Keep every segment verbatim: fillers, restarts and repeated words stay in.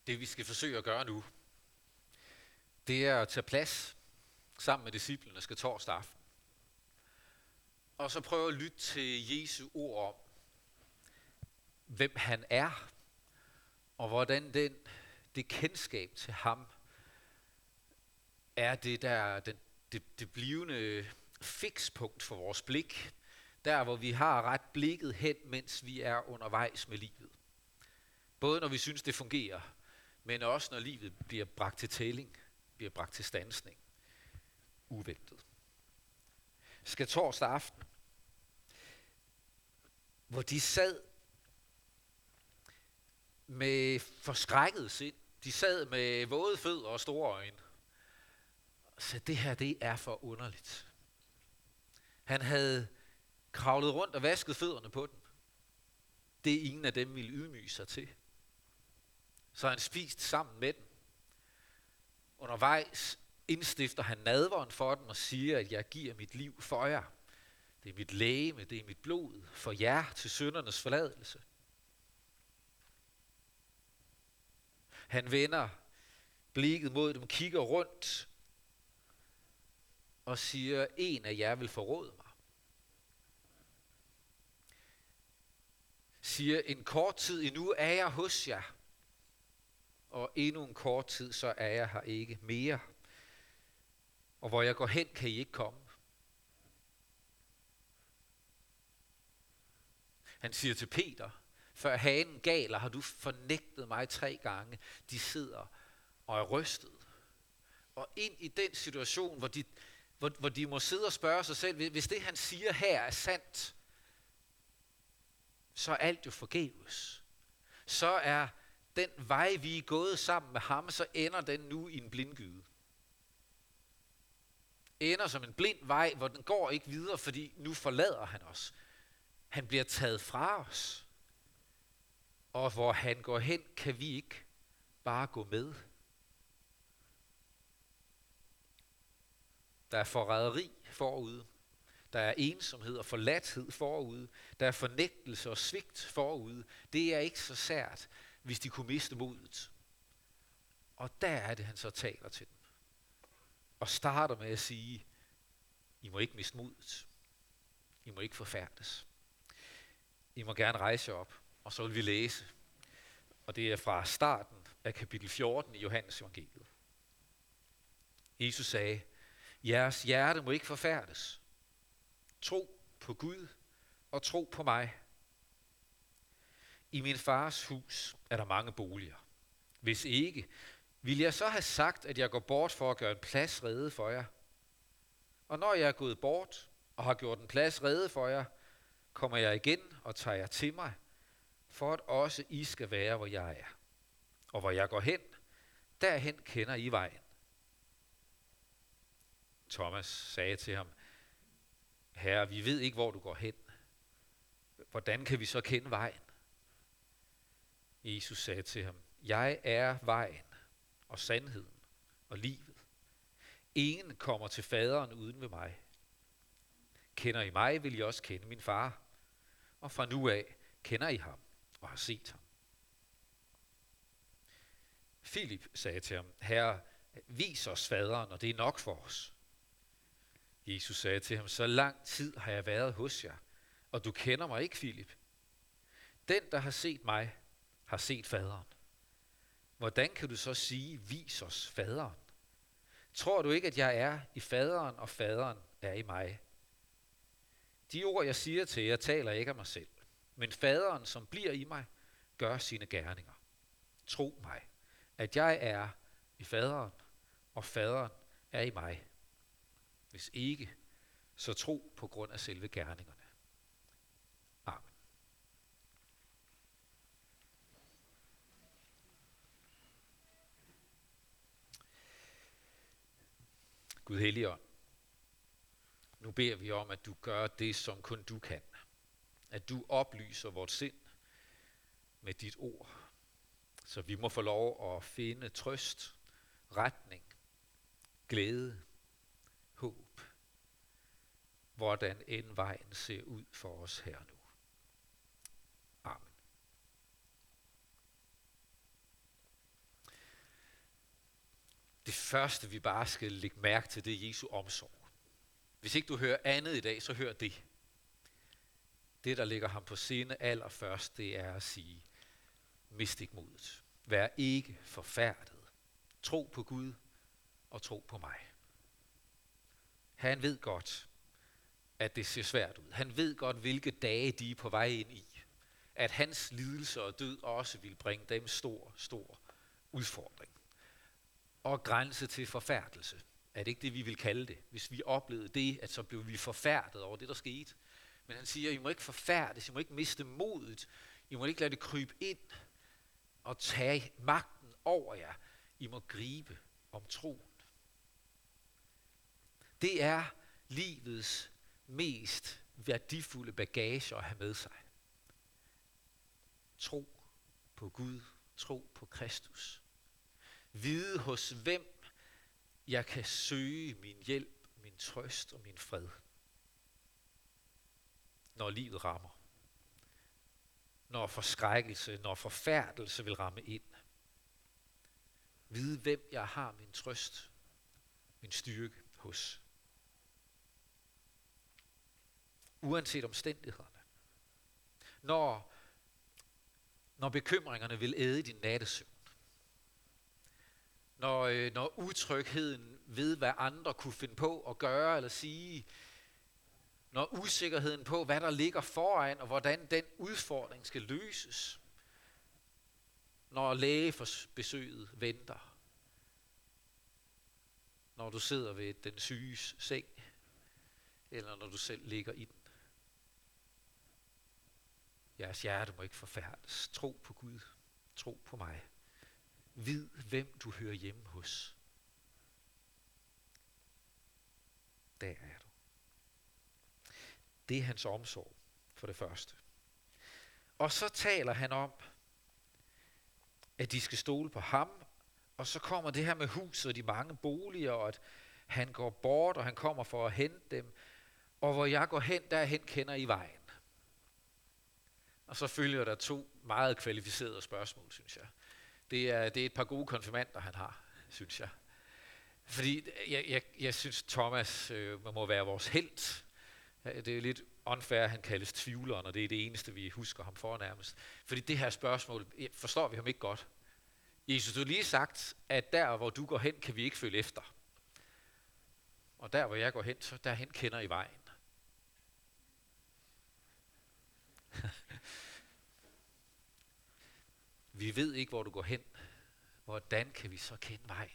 Det vi skal forsøge at gøre nu, det er at tage plads sammen med disciplene skal torsdag aften. Og så prøve at lytte til Jesu ord om, hvem han er, og hvordan den, det kendskab til ham er det, der, den, det, det blivende fikspunkt for vores blik. Der, hvor vi har ret blikket hen, mens vi er undervejs med livet. Både når vi synes, det fungerer, men også når livet bliver bragt til tælling, bliver bragt til standsning. Uventet. Skal torsdag aften, hvor de sad med forskrækket sind. De sad med våde fødder og store øjne. Så det her, det er for underligt. Han havde kravlet rundt og vasket fødderne på den. Det er ingen af dem ville ydmyge sig til. Så han spist sammen med den. Undervejs indstifter han nadveren for dem og siger, at jeg giver mit liv for jer. Det er mit legeme, det er mit blod for jer til syndernes forladelse. Han vender blikket mod dem, kigger rundt og siger, en af jer vil forråde mig. Siger, en kort tid endnu er jeg hos jer, og endnu en kort tid, så er jeg her ikke mere. Og hvor jeg går hen, kan I ikke komme. Han siger til Peter, før hanen galer, har du fornægtet mig tre gange. De sidder og er rystet. Og ind i den situation, hvor de, hvor, hvor de må sidde og spørge sig selv, hvis det han siger her er sandt, så er alt jo forgæves. Så er den vej, vi er gået sammen med ham, så ender den nu i en blindgyde. Ender som en blind vej, hvor den går ikke videre, fordi nu forlader han os. Han bliver taget fra os. Og hvor han går hen, kan vi ikke bare gå med. Der er forræderi forude. Der er ensomhed og forladthed forude. Der er fornægtelse og svigt forude. Det er ikke så sært, hvis de kunne miste modet. Og der er det, han så taler til dem. Og starter med at sige, I må ikke miste modet. I må ikke forfærdes. I må gerne rejse jer op, og så vil vi læse. Og det er fra starten af kapitel fjorten i Johannes evangeliet. Jesus sagde, jeres hjerte må ikke forfærdes. Tro på Gud og tro på mig. I min fars hus er der mange boliger. Hvis ikke, vil jeg så have sagt, at jeg går bort for at gøre en plads rede for jer. Og når jeg er gået bort og har gjort en plads rede for jer, kommer jeg igen og tager jer til mig, for at også I skal være, hvor jeg er. Og hvor jeg går hen, derhen kender I vejen. Thomas sagde til ham, Herre, vi ved ikke, hvor du går hen. Hvordan kan vi så kende vejen? Jesus sagde til ham, jeg er vejen og sandheden og livet. Ingen kommer til faderen uden ved mig. Kender I mig, vil I også kende min far. Og fra nu af kender I ham og har set ham. Filip sagde til ham, Herre, vis os faderen, og det er nok for os. Jesus sagde til ham, så lang tid har jeg været hos jer, og du kender mig ikke, Filip. Den, der har set mig, har set faderen. Hvordan kan du så sige, vis os faderen? Tror du ikke, at jeg er i faderen, og faderen er i mig? De ord, jeg siger til jer, taler ikke af mig selv, men faderen, som bliver i mig, gør sine gerninger. Tro mig, at jeg er i faderen, og faderen er i mig. Hvis ikke, så tro på grund af selve gerningerne. Amen. Gud Helligånd, nu beder vi om, at du gør det, som kun du kan. At du oplyser vores sind med dit ord, så vi må få lov at finde trøst, retning, glæde, håb, hvordan end vejen ser ud for os her nu. Amen. Det første, vi bare skal lægge mærke til, det er Jesu omsorg. Hvis ikke du hører andet i dag, så hør det. Det, der ligger ham på sinde allerførst, det er at sige, mist ikke modet. Vær ikke forfærdet. Tro på Gud og tro på mig. Han ved godt, at det ser svært ud. Han ved godt, hvilke dage de er på vej ind i. At hans lidelse og død også vil bringe dem stor, stor udfordring. Og grænse til forfærdelse. Er det ikke det, vi vil kalde det? Hvis vi oplevede det, at så blev vi forfærdet over det, der skete. Men han siger, I må ikke forfærdes, I må ikke miste modet. I må ikke lade det krybe ind og tage magten over jer. I må gribe om troen. Det er livets mest værdifulde bagage at have med sig. Tro på Gud, tro på Kristus. Vide hos hvem jeg kan søge min hjælp, min trøst og min fred, når livet rammer. Når forskrækkelse, når forfærdelse vil ramme ind. Vide hvem jeg har min trøst, min styrke hos. Uanset omstændighederne. Når, når bekymringerne vil æde din nattesøvn. Når, øh, når utrygheden ved, hvad andre kunne finde på at gøre eller sige. Når usikkerheden på, hvad der ligger foran, og hvordan den udfordring skal løses. Når lægebesøget venter. Når du sidder ved den syges seng, eller når du selv ligger i den. Jeres hjerte må ikke forfærdes. Tro på Gud. Tro på mig. Vid, hvem du hører hjemme hos. Der er du. Det er hans omsorg, for det første. Og så taler han om, at de skal stole på ham, og så kommer det her med huset og de mange boliger, og at han går bort, og han kommer for at hente dem, og hvor jeg går hen, derhen kender I vejen. Og så følger der to meget kvalificerede spørgsmål, synes jeg. Det er, det er et par gode konfirmander, han har, synes jeg. Fordi jeg, jeg, jeg synes, Thomas øh, må være vores helt. Det er lidt unfair, at han kaldes tvivleren, og det er det eneste, vi husker ham for nærmest. Fordi det her spørgsmål, forstår vi ham ikke godt. Jesus, du har lige sagt, at der, hvor du går hen, kan vi ikke følge efter. Og der, hvor jeg går hen, så derhen kender I vejen. Vi ved ikke, hvor du går hen. Hvordan kan vi så kende vejen?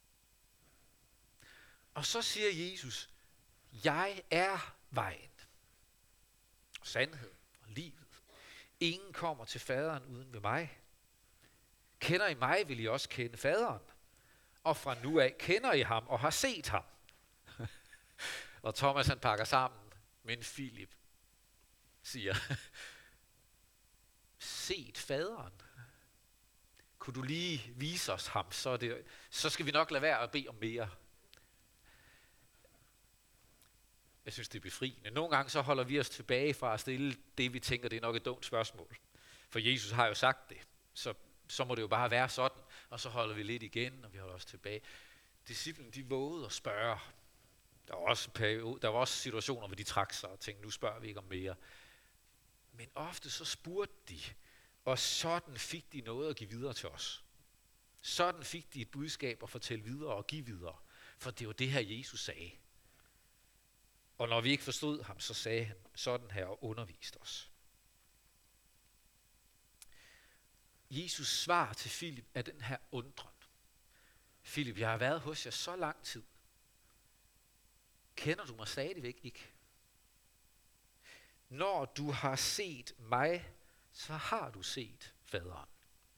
Og så siger Jesus, jeg er vejen, sandheden og livet. Ingen kommer til faderen uden ved mig. Kender I mig, vil I også kende faderen. Og fra nu af kender I ham og har set ham. Og Thomas han pakker sammen, men Filip siger, set faderen. Kunne du lige vise os ham, så, det, så skal vi nok lade være at bede om mere. Jeg synes, det er befriende. Nogle gange så holder vi os tilbage fra at stille det, vi tænker, det er nok et dumt spørgsmål. For Jesus har jo sagt det, så, så må det jo bare være sådan. Og så holder vi lidt igen, og vi holder os tilbage. Disciplen, de vågede at spørge. Der var også, periode, der var også situationer, hvor de trak sig og tænkte, nu spørger vi ikke om mere. Men ofte så spurgte de, og sådan fik de noget at give videre til os. Sådan fik de et budskab at fortælle videre og give videre. For det var det her, Jesus sagde. Og når vi ikke forstod ham, så sagde han sådan her og underviste os. Jesus svar til Filip er den her undren. Filip, jeg har været hos jer så lang tid. Kender du mig stadigvæk ikke? Når du har set mig, så har du set faderen.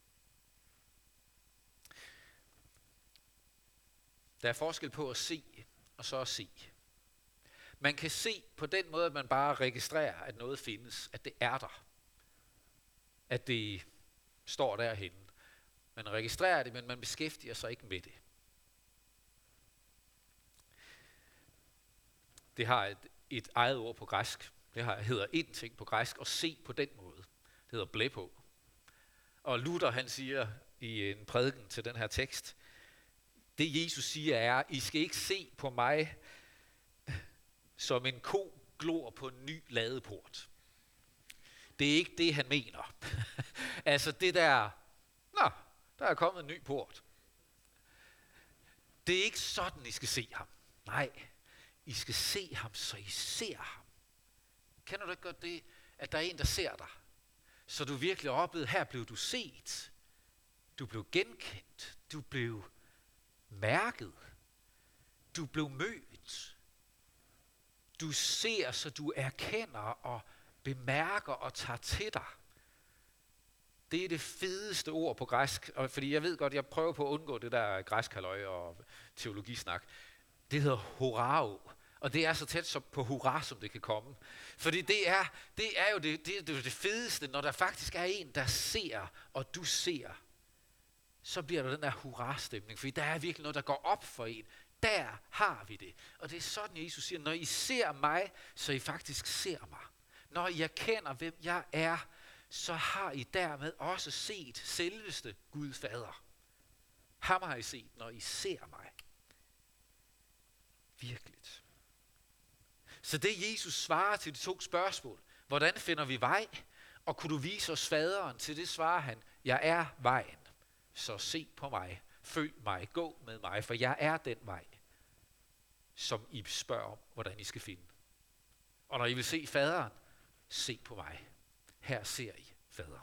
Der er forskel på at se og så at se. Man kan se på den måde, at man bare registrerer, at noget findes, at det er der. At det står derhenne. Man registrerer det, men man beskæftiger sig ikke med det. Det har et, et eget ord på græsk. Det har, hedder en ting på græsk, og se på den måde. Det hedder blepo. Og Luther han siger i en prædiken til den her tekst, Det Jesus siger er, I skal ikke se på mig, som en ko glor på en ny ladeport. Det er ikke det, han mener. Altså det der, nå, der er kommet en ny port. Det er ikke sådan, I skal se ham. Nej, I skal se ham, så I ser ham. Kender du ikke godt det, at der er en, der ser dig? Så du virkelig oplevede, her blev du set. Du blev genkendt. Du blev mærket. Du blev mødt. Du ser, så du erkender og bemærker og tager til dig. Det er det fedeste ord på græsk, og fordi jeg ved godt, jeg prøver på at undgå det der græskhalløj og teologisnak. Det hedder horao, og det er så tæt som på hurra, som det kan komme. Fordi det er, det er jo det, det, det, det fedeste, når der faktisk er en, der ser, og du ser. Så bliver der den der hurra-stemning, fordi der er virkelig noget, der går op for en. Der har vi det. Og det er sådan, Jesus siger, når I ser mig, så I faktisk ser mig. Når I erkender, hvem jeg er, så har I dermed også set selveste Gud Fader. Ham har I set, når I ser mig. Virkeligt. Så det Jesus svarer til de to spørgsmål, hvordan finder vi vej, og kunne du vise os faderen, til det svarer han, jeg er vejen, så se på mig, følg mig, gå med mig, for jeg er den vej, som I spørger om, hvordan I skal finde. Og når I vil se faderen, se på mig. Her ser I faderen.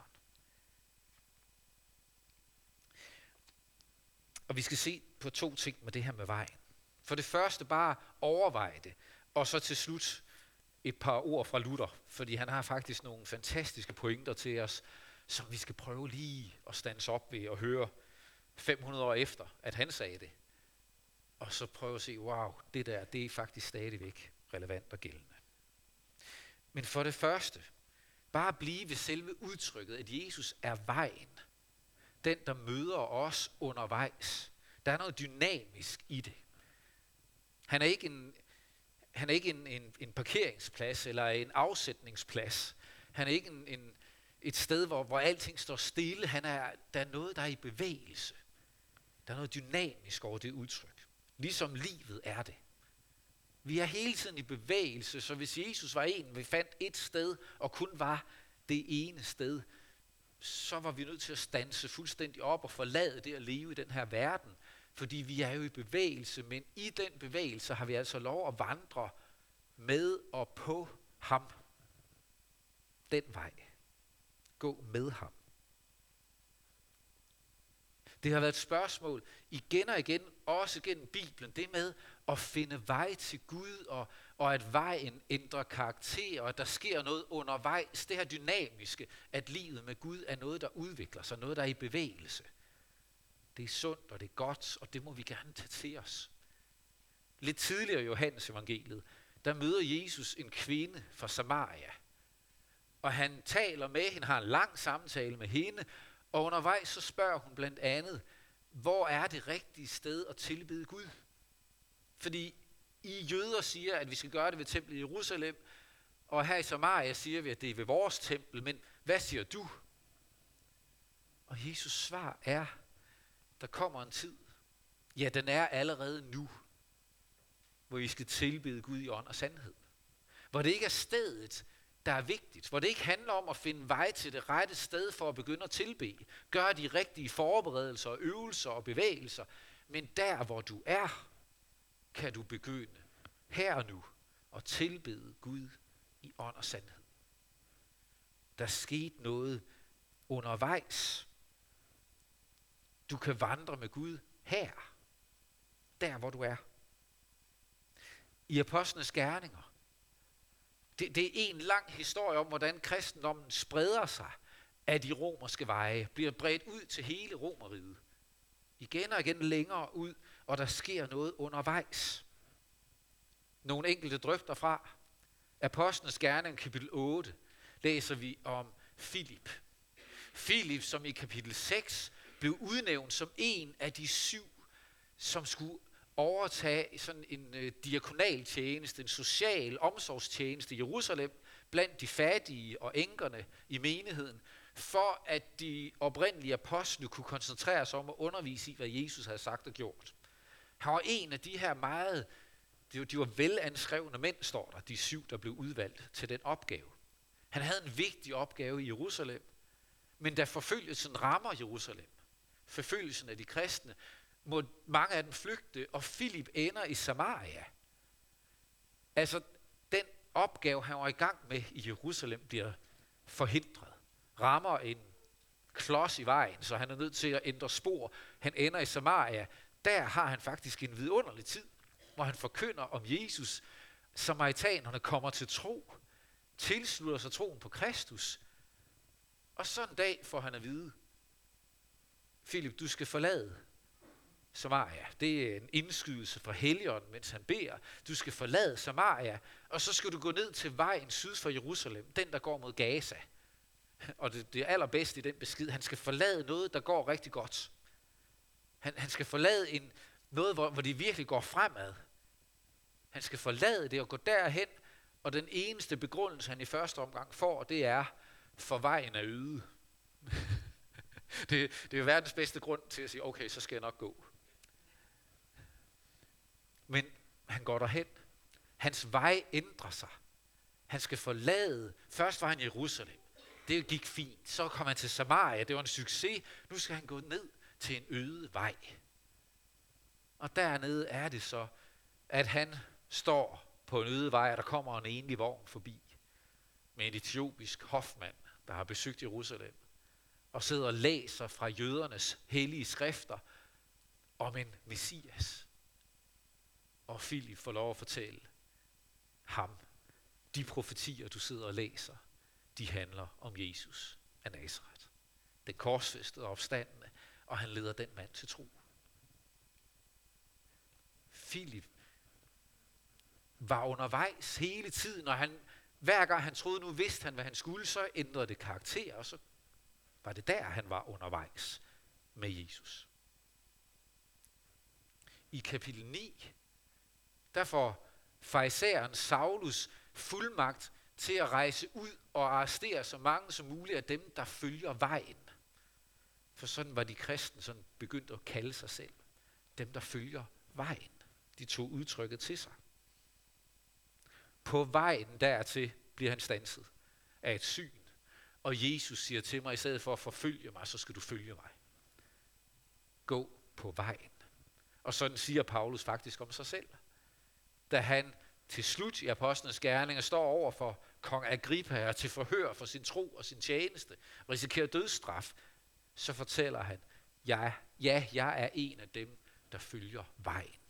Og vi skal se på to ting med det her med vejen. For det første bare overveje det, og så til slut et par ord fra Luther, fordi han har faktisk nogle fantastiske pointer til os, som vi skal prøve lige at stands op ved og høre fem hundrede år efter, at han sagde det. Og så prøve at se, wow, det der, det er faktisk stadigvæk relevant og gældende. Men for det første, bare blive ved selve udtrykket, at Jesus er vejen. Den, der møder os undervejs. Der er noget dynamisk i det. Han er ikke en, han er ikke en, en, en parkeringsplads eller en afsætningsplads. Han er ikke en, en, et sted, hvor, hvor alting står stille. Han er, der er noget, der er i bevægelse. Der er noget dynamisk over det udtryk. Ligesom livet er det. Vi er hele tiden i bevægelse, så hvis Jesus var en, vi fandt et sted, og kun var det ene sted, så var vi nødt til at standse fuldstændig op og forlade det at leve i den her verden. Fordi vi er jo i bevægelse, men i den bevægelse har vi altså lov at vandre med og på ham. Den vej. Gå med ham. Det har været et spørgsmål igen og igen, også gennem Bibelen, det med at finde vej til Gud, og, og at vejen ændrer karakter, og at der sker noget undervejs. Det her dynamiske, at livet med Gud er noget, der udvikler sig, noget, der er i bevægelse. Det er sundt, og det er godt, og det må vi gerne tage til os. Lidt tidligere i Johannes evangeliet, der møder Jesus en kvinde fra Samaria, og han taler med hende, har en lang samtale med hende, og undervejs så spørger hun blandt andet, hvor er det rigtige sted at tilbede Gud? Fordi I jøder siger, at vi skal gøre det ved templet i Jerusalem, og her i Samaria siger vi, at det er ved vores tempel, men hvad siger du? Og Jesus svar er, der kommer en tid, ja den er allerede nu, hvor I skal tilbede Gud i ånd og sandhed. Hvor det ikke er stedet, der er vigtigt. Hvor det ikke handler om at finde vej til det rette sted for at begynde at tilbede. Gøre de rigtige forberedelser og øvelser og bevægelser. Men der, hvor du er, kan du begynde her og nu at tilbede Gud i ånd og sandhed. Der skete noget undervejs. Du kan vandre med Gud her. Der, hvor du er. I apostlenes gerninger. Det, det er en lang historie om, hvordan kristendommen spreder sig af de romerske veje, bliver bredt ud til hele Romerriget. Igen og igen længere ud, og der sker noget undervejs. Nogle enkelte drøfter fra. Apostlenes gerning, kapitel otte, læser vi om Filip. Filip, som i kapitel seks blev udnævnt som en af de syv, som skulle overtage sådan en øh, diakonal tjeneste, en social omsorgstjeneste i Jerusalem, blandt de fattige og enkerne i menigheden, for at de oprindelige apostle kunne koncentrere sig om at undervise i, hvad Jesus havde sagt og gjort. Han var en af de her meget, de var, de var velanskrevne mænd, står der, de syv, der blev udvalgt til den opgave. Han havde en vigtig opgave i Jerusalem, men da forfølgelsen rammer Jerusalem, forfølgelsen af de kristne, må mange af dem flygte, og Filip ender i Samaria. Altså, den opgave, han var i gang med i Jerusalem, bliver forhindret. Rammer en klods i vejen, så han er nødt til at ændre spor. Han ender i Samaria. Der har han faktisk en vidunderlig tid, hvor han forkynder om Jesus. Samaritanerne kommer til tro, tilslutter sig troen på Kristus. Og så en dag får han at vide, Filip, du skal forlade Samaria. Det er en indskydelse fra Helligånden, mens han beder. Du skal forlade Samaria, og så skal du gå ned til vejen syd for Jerusalem, den der går mod Gaza. Og det, det er allerbedste i den besked, han skal forlade noget, der går rigtig godt. Han, han skal forlade en, noget, hvor, hvor det virkelig går fremad. Han skal forlade det og gå derhen, og den eneste begrundelse, han i første omgang får, det er, for vejen er øde. det, det er verdens bedste grund til at sige, okay, så skal jeg nok gå. Men han går derhen. Hans vej ændrer sig. Han skal forlade. Først var han i Jerusalem. Det gik fint. Så kom han til Samaria. Det var en succes. Nu skal han gå ned til en øde vej. Og dernede er det så, at han står på en øde vej, og der kommer en enlig vogn forbi med en etiopisk hofmand, der har besøgt Jerusalem, og sidder og læser fra jødernes hellige skrifter om en messias. Og Filip får lov at fortælle ham, de profetier, du sidder og læser, de handler om Jesus af Nazaret. Den korsfæstede og opstandende, og han leder den mand til tro. Filip var undervejs hele tiden, og han, hver gang han troede, nu vidste han, hvad han skulle, så ændrede det karakter, og så var det der, han var undervejs med Jesus. I kapitel ni, der får farisæeren Saulus fuldmagt til at rejse ud og arrestere så mange som muligt af dem, der følger vejen. For sådan var de kristne sådan begyndt at kalde sig selv. Dem, der følger vejen. De tog udtrykket til sig. På vejen dertil bliver han standset af et syn. Og Jesus siger til mig, i stedet for at forfølge mig, så skal du følge mig. Gå på vejen. Og sådan siger Paulus faktisk om sig selv. Da han til slut i Apostlenes Gerninger står over for kong Agrippa og til forhør for sin tro og sin tjeneste, risikerer dødsstraf, så fortæller han, ja, ja, jeg er en af dem, der følger vejen.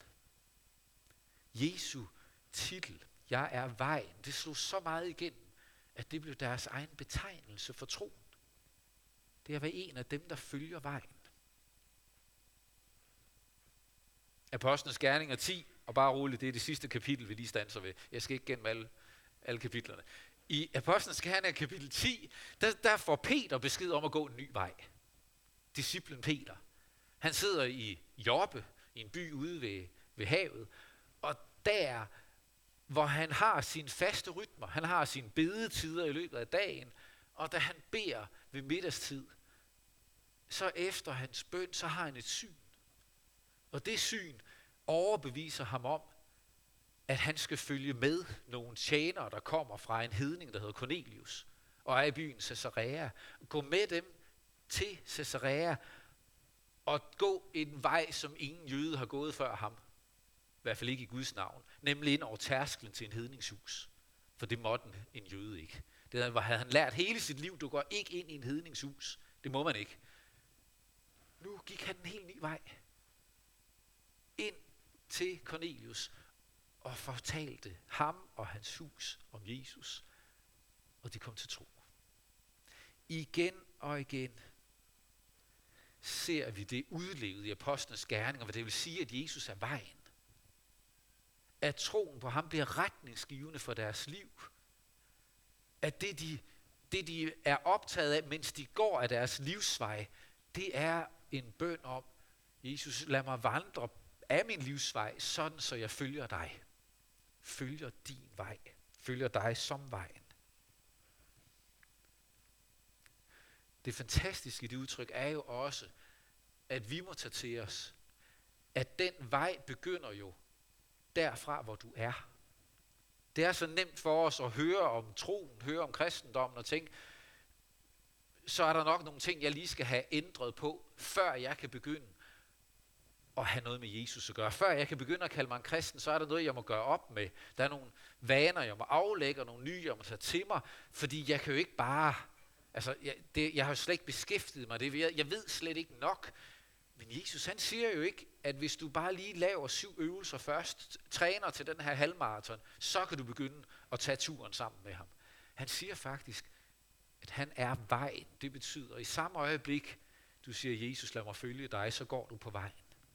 Jesu titel, jeg er vejen, det slog så meget igennem, at det blev deres egen betegnelse for troen. Det er at være en af dem, der følger vejen. Apostlenes Gerninger ti, og bare roligt, det er det sidste kapitel, vi lige standser ved. Jeg skal ikke gennem alle, alle kapitlerne. I Apostlenes Gerninger kapitel ti, der, der får Peter besked om at gå en ny vej. Disciplen Peter. Han sidder i Joppe, i en by ude ved, ved havet, og der, hvor han har sine faste rytmer, han har sine bedetider i løbet af dagen, og da han beder ved middagstid, så efter hans bøn, så har han et syn. Og det syn overbeviser ham om, at han skal følge med nogle tjenere, der kommer fra en hedning, der hedder Cornelius, og er i byen Caesarea. Gå med dem til Caesarea, og gå en vej, som ingen jøde har gået før ham. I hvert fald ikke i Guds navn. Nemlig ind over tærsklen til en hedningshus. For det måtte en jøde ikke. Det havde han lært hele sit liv. Du går ikke ind i en hedningshus. Det må man ikke. Nu gik han en helt ny vej. Ind til Cornelius og fortalte ham og hans hus om Jesus. Og de kom til tro. Igen og igen ser vi det udlevet i apostlenes gerninger, hvad det vil sige, at Jesus er vejen. At troen på ham bliver retningsgivende for deres liv. At det de, det, de er optaget af, mens de går af deres livsvej, det er en bøn om, Jesus, lad mig vandre af min livsvej, sådan så jeg følger dig. Følger din vej. Følger dig som vejen. Det fantastiske i det udtryk er jo også, at vi må tage til os, at den vej begynder jo derfra, hvor du er. Det er så nemt for os at høre om troen, høre om kristendommen og tænke, så er der nok nogle ting, jeg lige skal have ændret på, før jeg kan begynde at have noget med Jesus at gøre. Før jeg kan begynde at kalde mig en kristen, så er der noget, jeg må gøre op med. Der er nogle vaner, jeg må aflægge, og nogle nye, jeg må tage til mig, fordi jeg kan jo ikke bare, altså jeg, det, jeg har jo slet ikke beskæftiget mig det. Jeg, jeg ved slet ikke nok. Men Jesus, han siger jo ikke, at hvis du bare lige laver syv øvelser først, træner til den her halvmarathon, så kan du begynde at tage turen sammen med ham. Han siger faktisk, at han er vejen. Det betyder, at i samme øjeblik, du siger, Jesus, lad mig følge dig, så går du på vejen.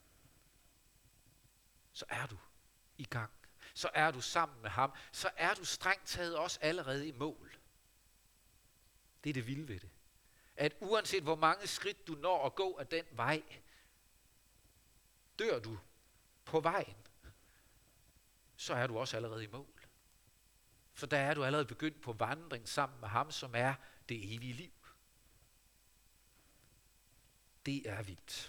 Så er du i gang. Så er du sammen med ham. Så er du strengt taget også allerede i mål. Det er det vilde ved det. At uanset hvor mange skridt du når at gå af den vej, dør du på vejen, så er du også allerede i mål. For der er du allerede begyndt på vandring sammen med ham, som er det evige liv. Det er vildt.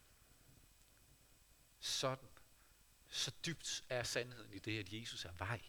Sådan, så dybt er sandheden i det, at Jesus er vejen.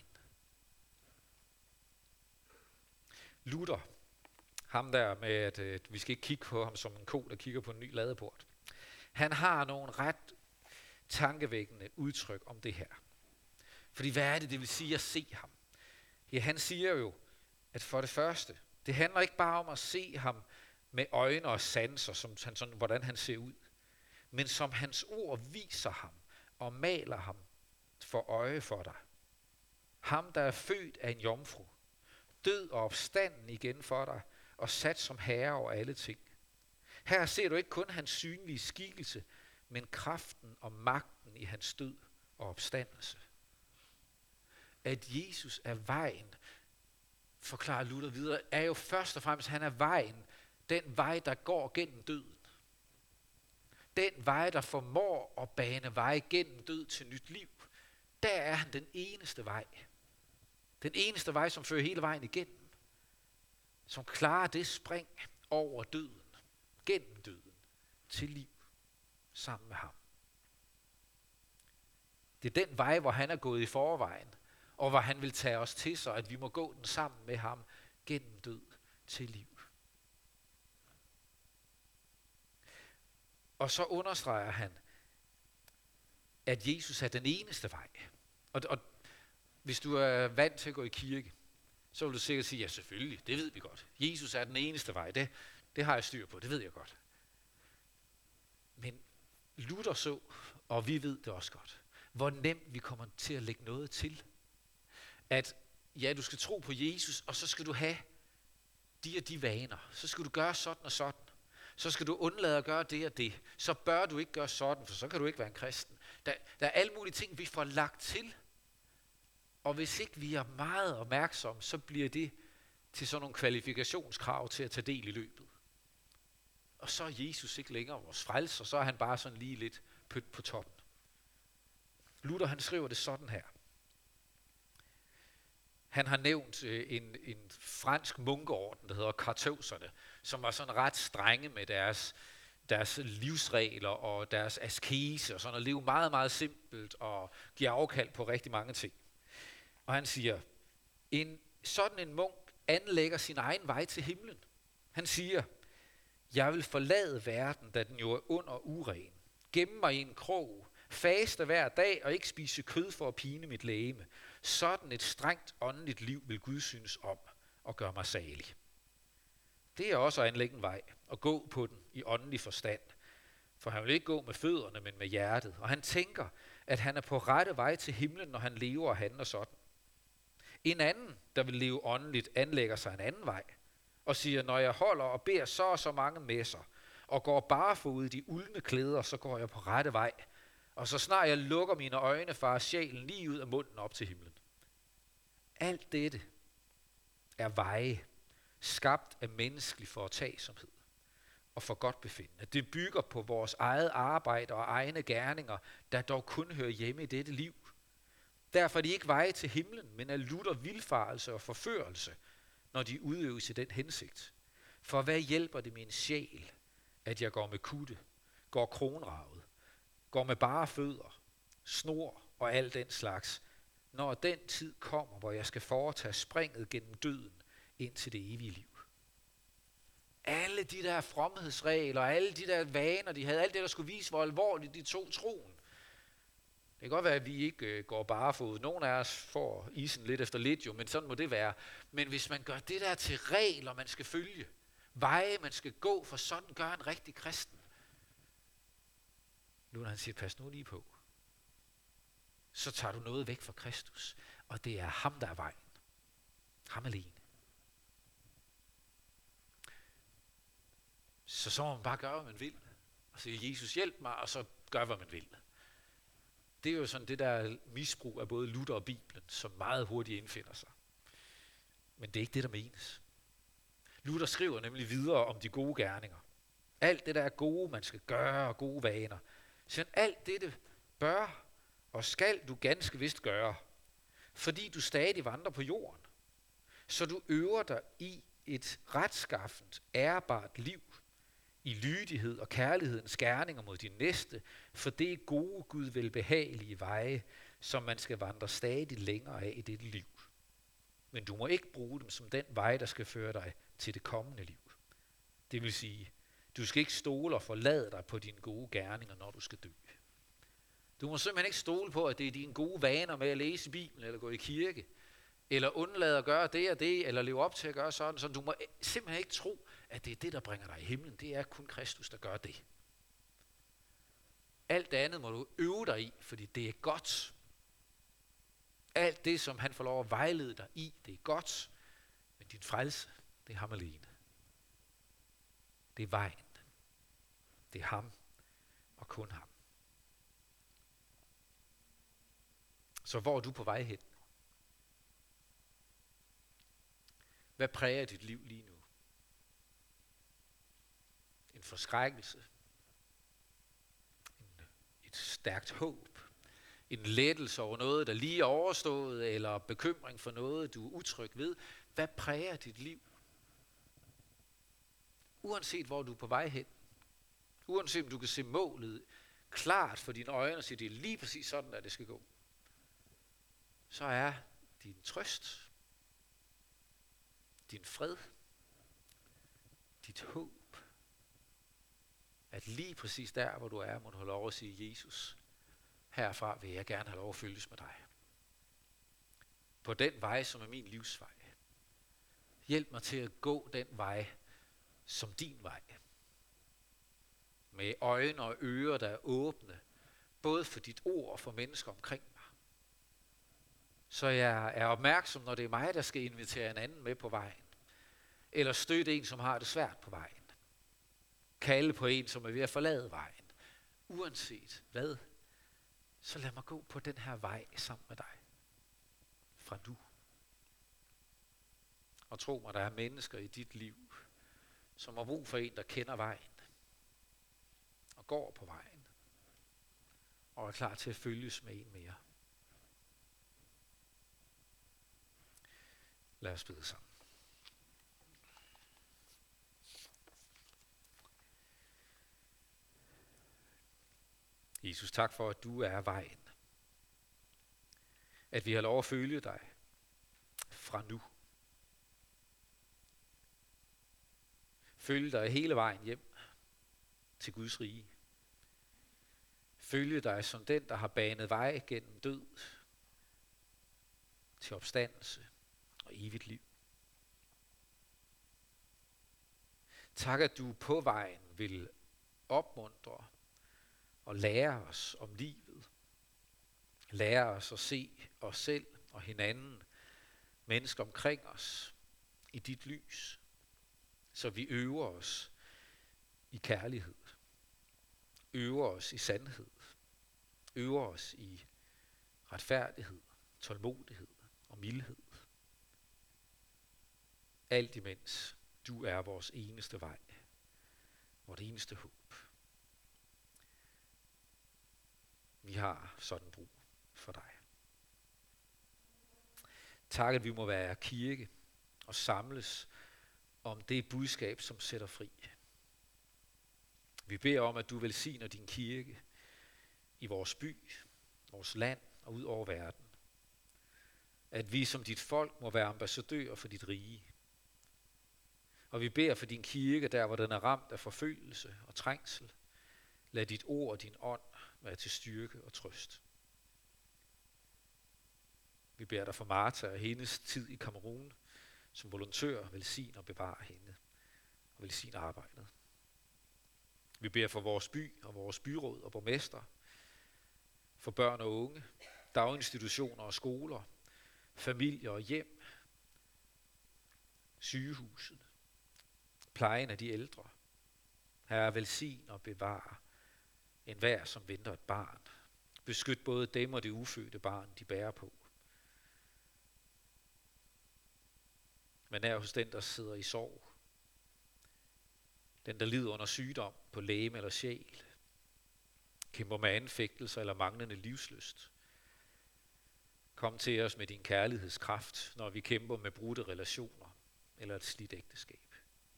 Luther, ham der med, at øh, vi skal ikke kigge på ham som en ko, der kigger på en ny ladeport. Han har nogle ret tankevækkende udtryk om det her. Fordi hvad er det, det vil sige at se ham? Ja, han siger jo, at for det første, det handler ikke bare om at se ham med øjne og sanser, som han, sådan, hvordan han ser ud, men som hans ord viser ham og maler ham for øje for dig. Ham, der er født af en jomfru, død og opstanden igen for dig, og sat som herre over alle ting. Her ser du ikke kun hans synlige skikkelse, men kraften og magten i hans død og opstandelse. At Jesus er vejen, forklarer Luther videre, er jo først og fremmest, han er vejen, den vej, der går gennem døden. Den vej, der formår at bane vej gennem død til nyt liv. Der er han den eneste vej. Den eneste vej, som fører hele vejen igennem. Som klarer det spring over døden, gennem døden, til liv sammen med ham. Det er den vej, hvor han er gået i forvejen, og hvor han vil tage os til sig, at vi må gå den sammen med ham gennem død til liv. Og så understreger han, at Jesus er den eneste vej. Og, og hvis du er vant til at gå i kirke, så vil du sikkert sige, ja selvfølgelig, det ved vi godt. Jesus er den eneste vej, det, det har jeg styr på, det ved jeg godt. Men Luther så, og vi ved det også godt, hvor nemt vi kommer til at lægge noget til. At ja, du skal tro på Jesus, og så skal du have de og de vaner. Så skal du gøre sådan og sådan. Så skal du undlade at gøre det og det. Så bør du ikke gøre sådan, for så kan du ikke være en kristen. Der, der er alle mulige ting, vi får lagt til. Og hvis ikke vi er meget opmærksomme, så bliver det til sådan nogle kvalifikationskrav til at tage del i løbet. Og så er Jesus ikke længere vores frelser, så er han bare sådan lige lidt pynt på toppen. Luther, han skriver det sådan her. Han har nævnt øh, en, en fransk munkeorden, der hedder kartøserne, som var sådan ret strenge med deres, deres livsregler og deres askese, og sådan at leve meget, meget simpelt og give afkald på rigtig mange ting. Og han siger, en sådan en munk anlægger sin egen vej til himlen. Han siger, jeg vil forlade verden, da den jo er under uren. Gemme mig i en krog, faste hver dag og ikke spise kød for at pine mit legeme. Sådan et strengt åndeligt liv vil Gud synes om og gøre mig salig. Det er også at anlægge en vej og gå på den i åndelig forstand. For han vil ikke gå med fødderne, men med hjertet. Og han tænker, at han er på rette vej til himlen, når han lever og handler sådan. En anden, der vil leve åndeligt, anlægger sig en anden vej og siger, når jeg holder og beder så og så mange messer og går barefod i de uldne klæder, så går jeg på rette vej. Og så snart jeg lukker mine øjne, farer sjælen lige ud af munden op til himlen. Alt dette er veje, skabt af menneskelig foretagsomhed og for godt befindende. Det bygger på vores eget arbejde og egne gerninger, der dog kun hører hjemme i dette liv. Derfor er de ikke veje til himlen, men er lutter vildfarelse og forførelse, når de udøves i den hensigt. For hvad hjælper det min sjæl, at jeg går med kutte, går kronravet, går med bare fødder, snor og alt den slags, når den tid kommer, hvor jeg skal foretage springet gennem døden ind til det evige liv. Alle de der fromhedsregler, alle de der vaner, de havde, alt det, der skulle vise, hvor alvorligt de tog troen. Det kan godt være, at vi ikke øh, går barefod. Nogle af os får isen lidt efter lidt jo, men sådan må det være. Men hvis man gør det der til regler, man skal følge, veje, man skal gå, for sådan gør en rigtig kristen. Nu når han siger, pas nu lige på, så tager du noget væk fra Kristus, og det er ham, der er vejen. Ham alene. Så så må man bare gøre, hvad man vil. Og sige, Jesus hjælp mig, og så gør, hvad man vil. Det er jo sådan det der misbrug af både Luther og Bibelen, som meget hurtigt indfinder sig. Men det er ikke det, der menes. Luther skriver nemlig videre om de gode gerninger. Alt det, der er gode, man skal gøre, og gode vaner. Så alt dette bør og skal du ganske vist gøre, fordi du stadig vandrer på jorden. Så du øver dig i et retskaffent, ærbart liv, i lydighed og kærlighedens gerninger mod din næste, for det er gode Gud velbehagelige veje, som man skal vandre stadig længere af i dette liv. Men du må ikke bruge dem som den vej, der skal føre dig til det kommende liv. Det vil sige, du skal ikke stole og forlade dig på dine gode gerninger, når du skal dø. Du må simpelthen ikke stole på, at det er dine gode vaner med at læse Bibelen eller gå i kirke, eller undlade at gøre det og det, eller leve op til at gøre sådan. Så du må simpelthen ikke tro, at det er det, der bringer dig i himlen. Det er kun Kristus, der gør det. Alt det andet må du øve dig i, fordi det er godt. Alt det, som han får lov at vejlede dig i, det er godt. Men din frelse, det er ham alene. Det er vejen. Det er ham og kun ham. Så hvor er du på vej hen? Hvad præger dit liv lige nu? En forskrækkelse? En, et stærkt håb? En lettelse over noget, der lige er overstået, eller bekymring for noget, du er utryg ved? Hvad præger dit liv? Uanset hvor du er på vej hen, uanset om du kan se målet klart for dine øjne og sige, det er lige præcis sådan, at det skal gå, så er din trøst, din fred, dit håb, at lige præcis der, hvor du er, må du have lov at sige, Jesus, herfra vil jeg gerne have lov at følges med dig. På den vej, som er min livsvej. Hjælp mig til at gå den vej, som din vej. Med øjne og ører, der er åbne, både for dit ord og for mennesker omkring mig. Så jeg er opmærksom, når det er mig, der skal invitere en anden med på vejen. Eller støtte en, som har det svært på vejen. Kalde på en, som er ved at forlade vejen. Uanset hvad, så lad mig gå på den her vej sammen med dig. Fra nu. Og tro mig, der er mennesker i dit liv, som har brug for en, der kender vejen. Og går på vejen. Og er klar til at følges med en mere. Lad os bede sammen. Jesus, tak for, at du er vejen. At vi har lov at følge dig fra nu. Følge dig hele vejen hjem til Guds rige. Følge dig som den, der har banet vej gennem død til opstandelse og evigt liv. Tak, at du på vejen vil opmuntre og lære os om livet. Lære os at se os selv og hinanden, mennesker omkring os, i dit lys. Så vi øver os i kærlighed. Øver os i sandhed. Øver os i retfærdighed, tålmodighed og mildhed. Alt imens du er vores eneste vej, vores eneste håb. Vi har sådan brug for dig. Tak, at vi må være kirke og samles om det budskab, som sætter fri. Vi beder om, at du velsigner din kirke i vores by, vores land og ud over verden. At vi som dit folk må være ambassadører for dit rige. Og vi beder for din kirke, der hvor den er ramt af forfølgelse og trængsel. Lad dit ord og din ånd være til styrke og trøst. Vi beder dig for Martha og hendes tid i Kamerun. Som volontør velsign og bevare hende og velsign arbejdet. Vi beder for vores by og vores byråd og borgmester. For børn og unge, daginstitutioner og skoler, familier og hjem, sygehuset, plejen af de ældre. Herre, velsign og bevare enhver, som venter et barn. Beskyt både dem og det ufødte barn, de bærer på. Men er hos den, der sidder i sorg. Den, der lider under sygdom på legeme eller sjæl. Kæmper med anfægtelser eller manglende livslyst. Kom til os med din kærlighedskraft, når vi kæmper med brudte relationer eller et slidt ægteskab.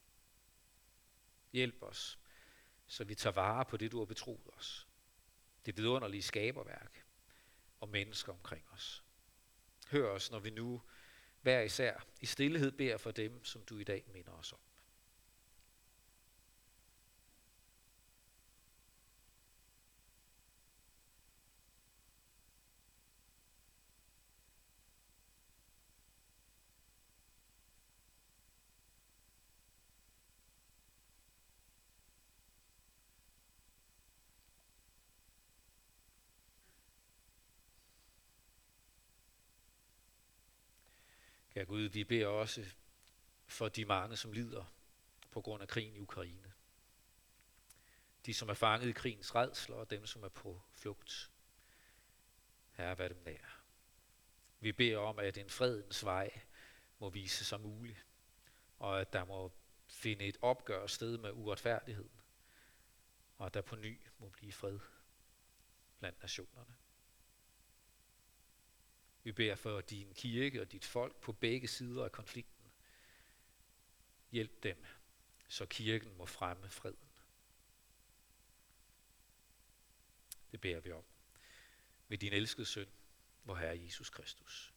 Hjælp os, så vi tager vare på det, du har betroet os. Det vidunderlige skaberværk og mennesker omkring os. Hør os, når vi nu hver især i stillhed beder for dem, som du i dag minder os om. Kære Gud, vi beder også for de mange, som lider på grund af krigen i Ukraine. De, som er fanget i krigens rædsler, og dem, som er på flugt. Herre, vær dem nær. Vi beder om, at en fredens vej må vise sig mulig, og at der må finde et opgør sted med uretfærdigheden, og at der på ny må blive fred blandt nationerne. Vi beder for din kirke og dit folk på begge sider af konflikten. Hjælp dem, så kirken må fremme freden. Det beder vi om ved din elskede søn, vor Herre Jesus Kristus.